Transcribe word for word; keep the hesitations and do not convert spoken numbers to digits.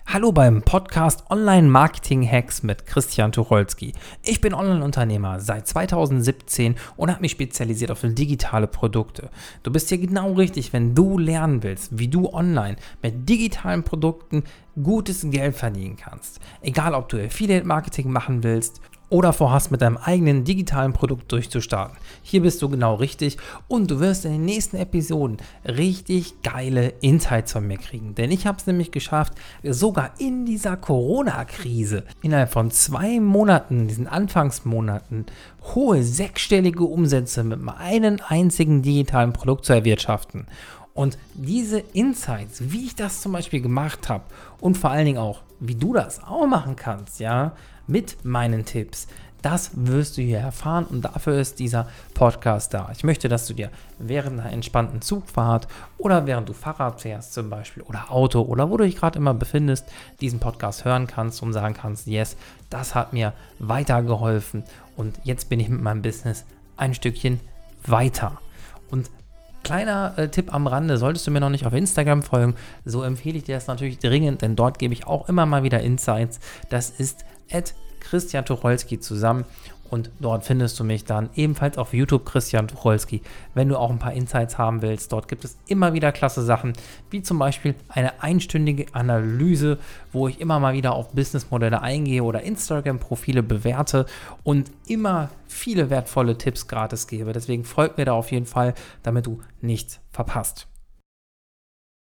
Hallo beim Podcast Online Marketing Hacks mit Christian Tucholsky. Ich bin Online-Unternehmer seit zweitausendsiebzehn und habe mich spezialisiert auf digitale Produkte. Du bist hier genau richtig, wenn du lernen willst, wie du online mit digitalen Produkten gutes Geld verdienen kannst. Egal, ob du Affiliate-Marketing machen willst oder vorhast, mit deinem eigenen digitalen Produkt durchzustarten. Hier bist du genau richtig und du wirst in den nächsten Episoden richtig geile Insights von mir kriegen. Denn ich habe es nämlich geschafft, sogar in dieser Corona-Krise innerhalb von zwei Monaten, diesen Anfangsmonaten, hohe sechsstellige Umsätze mit einem einzigen digitalen Produkt zu erwirtschaften. Und diese Insights, wie ich das zum Beispiel gemacht habe und vor allen Dingen auch, wie du das auch machen kannst, ja, mit meinen Tipps, das wirst du hier erfahren und dafür ist dieser Podcast da. Ich möchte, dass du dir während einer entspannten Zugfahrt oder während du Fahrrad fährst zum Beispiel oder Auto oder wo du dich gerade immer befindest, diesen Podcast hören kannst und sagen kannst, yes, das hat mir weitergeholfen und jetzt bin ich mit meinem Business ein Stückchen weiter. Und kleiner äh, Tipp am Rande, solltest du mir noch nicht auf Instagram folgen, so empfehle ich dir das natürlich dringend, denn dort gebe ich auch immer mal wieder Insights. Das ist at Christian Tucholsky zusammen und dort findest du mich dann ebenfalls auf YouTube Christian Tucholsky, wenn du auch ein paar Insights haben willst. Dort gibt es immer wieder klasse Sachen, wie zum Beispiel eine einstündige Analyse, wo ich immer mal wieder auf Businessmodelle eingehe oder Instagram-Profile bewerte und immer viele wertvolle Tipps gratis gebe. Deswegen folgt mir da auf jeden Fall, damit du nichts verpasst.